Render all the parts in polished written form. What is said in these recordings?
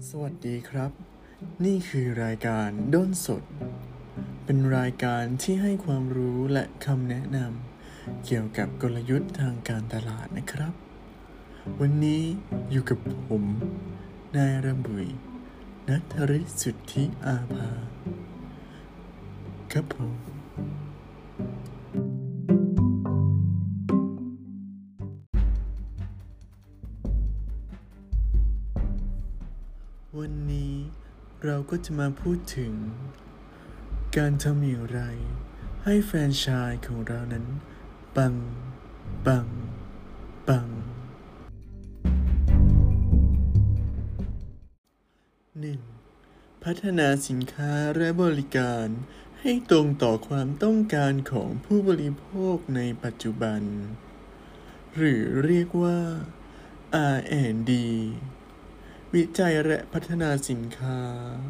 สวัสดีครับนี่คือรายการด้นสดเป็นรายการที่ให้ความรู้และคำแนะนำเกี่ยวกับกลยุทธ์ทางการตลาดนะครับวันนี้อยู่กับผมนายระบุยณัฐฤทธิ์สุทธิอาภาครับผมวันนี้เราก็จะมาพูดถึงการทำอย่างไรให้แฟรนไชส์ของเรานั้นปัง 1. พัฒนาสินค้าและบริการให้ตรงต่อความต้องการของผู้บริโภคในปัจจุบันหรือเรียกว่า R&D วิจัยและพัฒนาสินค้า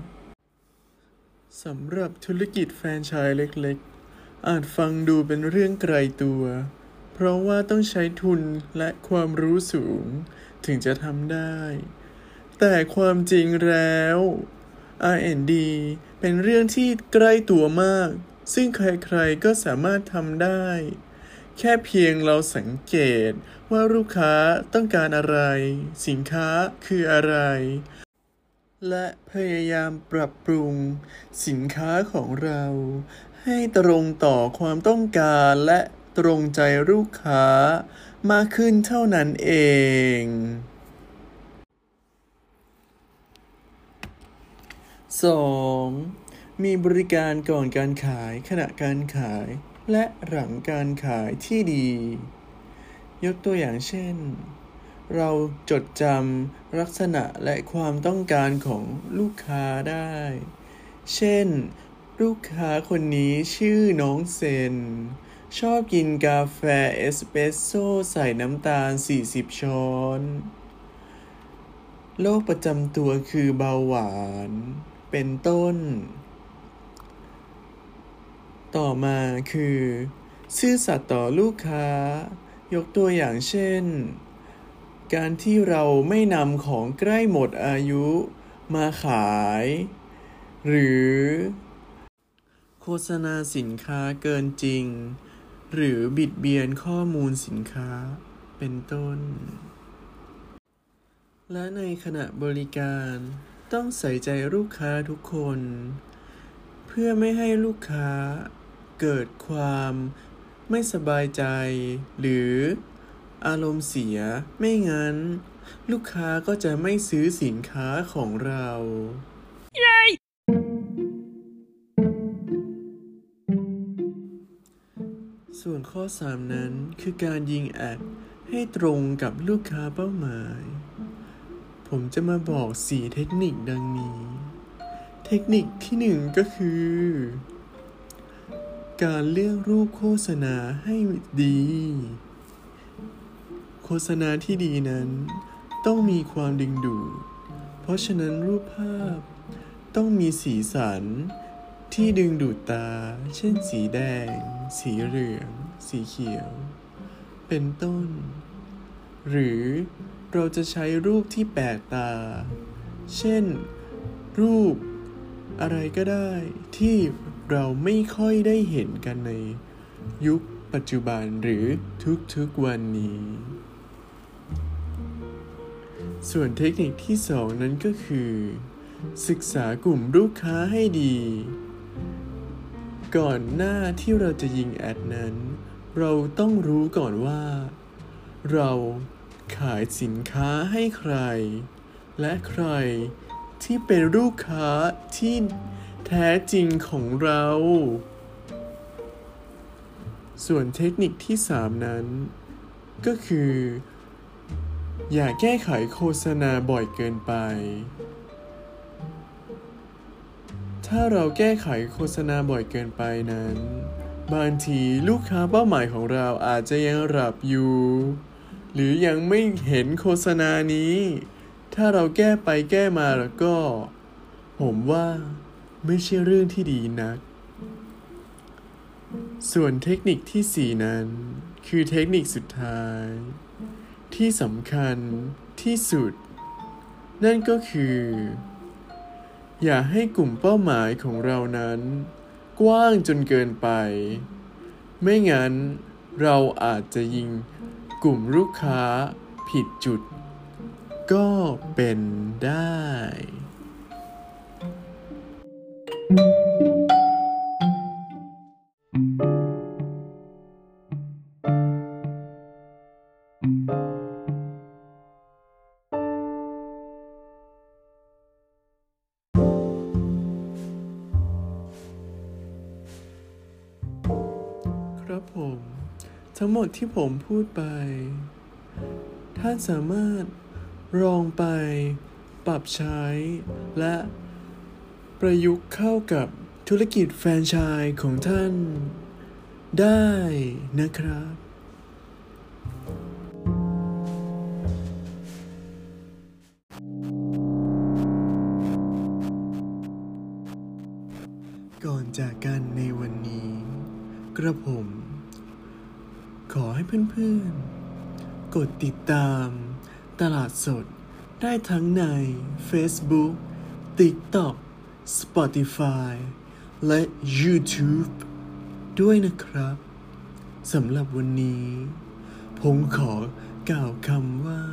สำหรับธุรกิจแฟรนไชส์เล็กๆอาจฟังดูเป็นเรื่องไกลตัวเพราะว่าต้องใช้ทุนและความรู้สูงถึงจะทำได้แต่ความจริงแล้ว R&D เป็นเรื่องที่ใกล้ตัวมากซึ่งใครๆก็สามารถทำได้แค่เพียงเราสังเกตว่าลูกค้าต้องการอะไรสินค้าคืออะไรและพยายามปรับปรุงสินค้าของเราให้ตรงต่อความต้องการและตรงใจลูกค้ามากขึ้นเท่านั้นเอง 2. มีบริการก่อนการขายขณะการขายและหลังการขายที่ดียกตัวอย่างเช่นเราจดจำลักษณะและความต้องการของลูกค้าได้เช่นลูกค้าคนนี้ชื่อน้องเซนชอบกินกาแฟเอสเปรสโซ่ใส่น้ำตาล40ช้อนโรคประจำตัวคือเบาหวานเป็นต้นต่อมาคือซื่อสัตย์ต่อลูกค้ายกตัวอย่างเช่นการที่เราไม่นำของใกล้หมดอายุมาขายหรือโฆษณาสินค้าเกินจริงหรือบิดเบียนข้อมูลสินค้าเป็นต้นและในขณะบริการต้องใส่ใจลูกค้าทุกคนเพื่อไม่ให้ลูกค้าเกิดความไม่สบายใจหรืออารมณ์เสียไม่งั้นลูกค้าก็จะไม่ซื้อสินค้าของเราส่วนข้อ 3 นั้นคือการยิงแอดให้ตรงกับลูกค้าเป้าหมายผมจะมาบอก4เทคนิคดังนี้เทคนิคที่1ก็คือการเลือกรูปโฆษณาให้ดีโฆษณาที่ดีนั้นต้องมีความดึงดูดเพราะฉะนั้นรูปภาพต้องมีสีสันที่ดึงดูดตาเช่นสีแดงสีเหลืองสีเขียวเป็นต้นหรือเราจะใช้รูปที่แปลกตาเช่นรูปอะไรก็ได้ที่เราไม่ค่อยได้เห็นกันในยุคปัจจุบันหรือทุกๆวันนี้ส่วนเทคนิคที่2นั้นก็คือศึกษากลุ่มลูกค้าให้ดีก่อนหน้าที่เราจะยิงแอดนั้นเราต้องรู้ก่อนว่าเราขายสินค้าให้ใครและใครที่เป็นลูกค้าที่แท้จริงของเราส่วนเทคนิคที่3นั้นก็คืออย่าแก้ไขโฆษณาบ่อยเกินไปถ้าเราแก้ไขโฆษณาบ่อยเกินไปนั้นบางทีลูกค้าเป้าหมายของเราอาจจะยังหลับอยู่หรือยังไม่เห็นโฆษณานี้ถ้าเราแก้ไปแก้มาแล้วก็ผมว่าไม่ใช่เรื่องที่ดีนักส่วนเทคนิคที่4นั้นคือเทคนิคสุดท้ายที่สำคัญที่สุดนั่นก็คือ อย่าให้กลุ่มเป้าหมายของเรานั้นกว้างจนเกินไป ไม่งั้นเราอาจจะยิงกลุ่มลูกค้าผิดจุดก็เป็นได้ ครับผมทั้งหมดที่ผมพูดไปท่านสามารถลองไปปรับใช้และประยุกต์เข้ากับธุรกิจแฟรนไชส์ของท่านได้นะครับ ก่อนจากกันในวันนี้กระผมขอให้เพื่อนๆกดติดตามตลาดสดได้ทั้งใน Facebook TikTok Spotify และ YouTube ด้วยนะครับสำหรับวันนี้ผมขอกล่าวคำว่า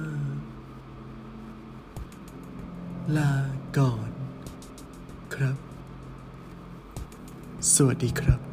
ลาก่อนครับ สวัสดีครับ